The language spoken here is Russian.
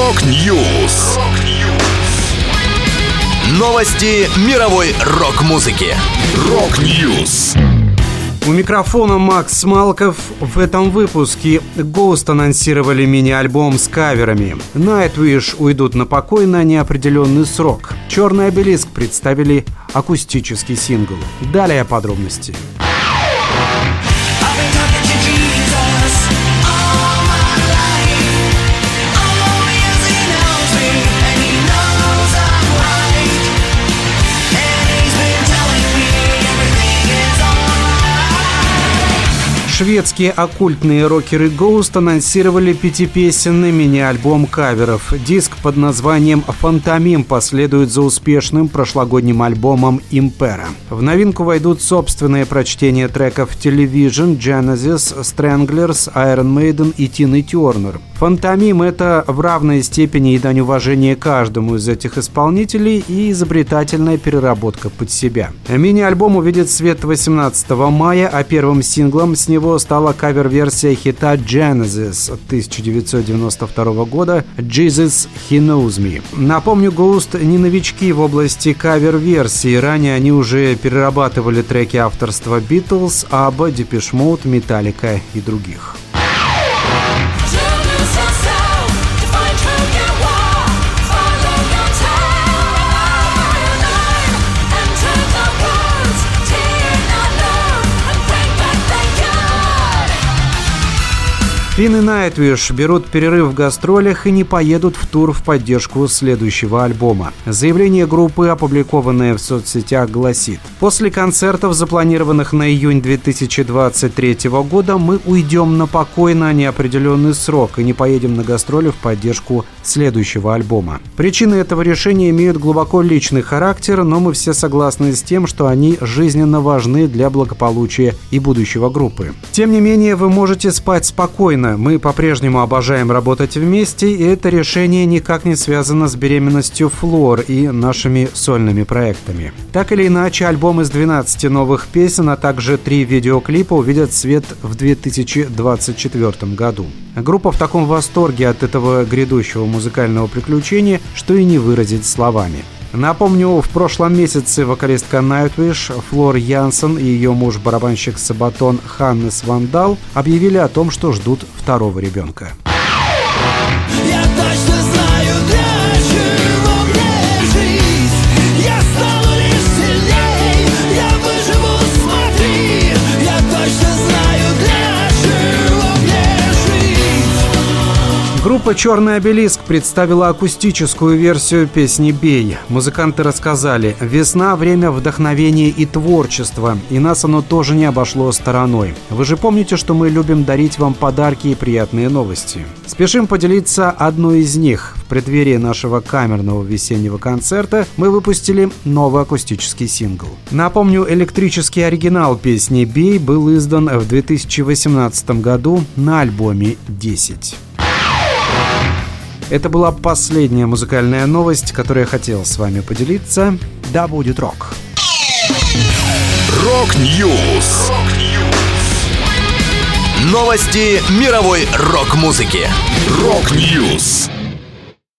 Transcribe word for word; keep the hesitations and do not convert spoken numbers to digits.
Рок-Ньюс. Новости мировой рок-музыки. Рок-Ньюс. У микрофона Макс Малков. В этом выпуске Ghost анонсировали мини-альбом с каверами. Nightwish уйдут на покой на неопределенный срок. Черный обелиск представили акустический сингл. Далее подробности. Шведские оккультные рокеры Ghost анонсировали пятипесенный мини-альбом каверов. Диск под названием «Фантомим» последует за успешным прошлогодним альбомом «Impera». В новинку войдут собственные прочтения треков Television, Genesis, Stranglers, Iron Maiden и Тины Тернер. «Фантомим» — это в равной степени и дань уважения каждому из этих исполнителей и изобретательная переработка под себя. Мини-альбом увидит свет восемнадцатого мая, а первым синглом с него стала кавер-версия хита Genesis тысяча девятьсот девяносто второго года «Jesus, He Knows Me». Напомню, Ghost не новички в области кавер-версий. Ранее они уже перерабатывали треки авторства Beatles, ABBA, Depeche Mode, Metallica и других. Финн и Nightwish берут перерыв в гастролях и не поедут в тур в поддержку следующего альбома. Заявление группы, опубликованное в соцсетях, гласит: «После концертов, запланированных на июнь две тысячи двадцать третьего года, мы уйдем на покой на неопределенный срок и не поедем на гастроли в поддержку следующего альбома. Причины этого решения имеют глубоко личный характер, но мы все согласны с тем, что они жизненно важны для благополучия и будущего группы. Тем не менее, вы можете спать спокойно. Мы по-прежнему обожаем работать вместе, и это решение никак не связано с беременностью Флор и нашими сольными проектами». Так или иначе, альбом из двенадцати новых песен, а также три видеоклипа увидят свет в две тысячи двадцать четвёртом году. Группа в таком восторге от этого грядущего музыкального приключения, что и не выразить словами. Напомню, в прошлом месяце вокалистка Nightwish Флор Янсен и ее муж-барабанщик Сабатон Ханнес Вандал объявили о том, что ждут второго ребенка. Я точно знаю, для чего мне жить. Я стану лишь сильней, я выживу, смотри. Я точно знаю, для чего мне жить. Группа «Черный обелиск» представила акустическую версию песни «Бей». Музыканты рассказали: «Весна – время вдохновения и творчества, и нас оно тоже не обошло стороной. Вы же помните, что мы любим дарить вам подарки и приятные новости. Спешим поделиться одной из них. В преддверии нашего камерного весеннего концерта мы выпустили новый акустический сингл». Напомню, электрический оригинал песни «Бей» был издан в две тысячи восемнадцатом году на альбоме «десять». Это была последняя музыкальная новость, которую я хотел с вами поделиться. Да будет рок! Рок-Ньюс. Новости мировой рок-музыки. Рок-Ньюс.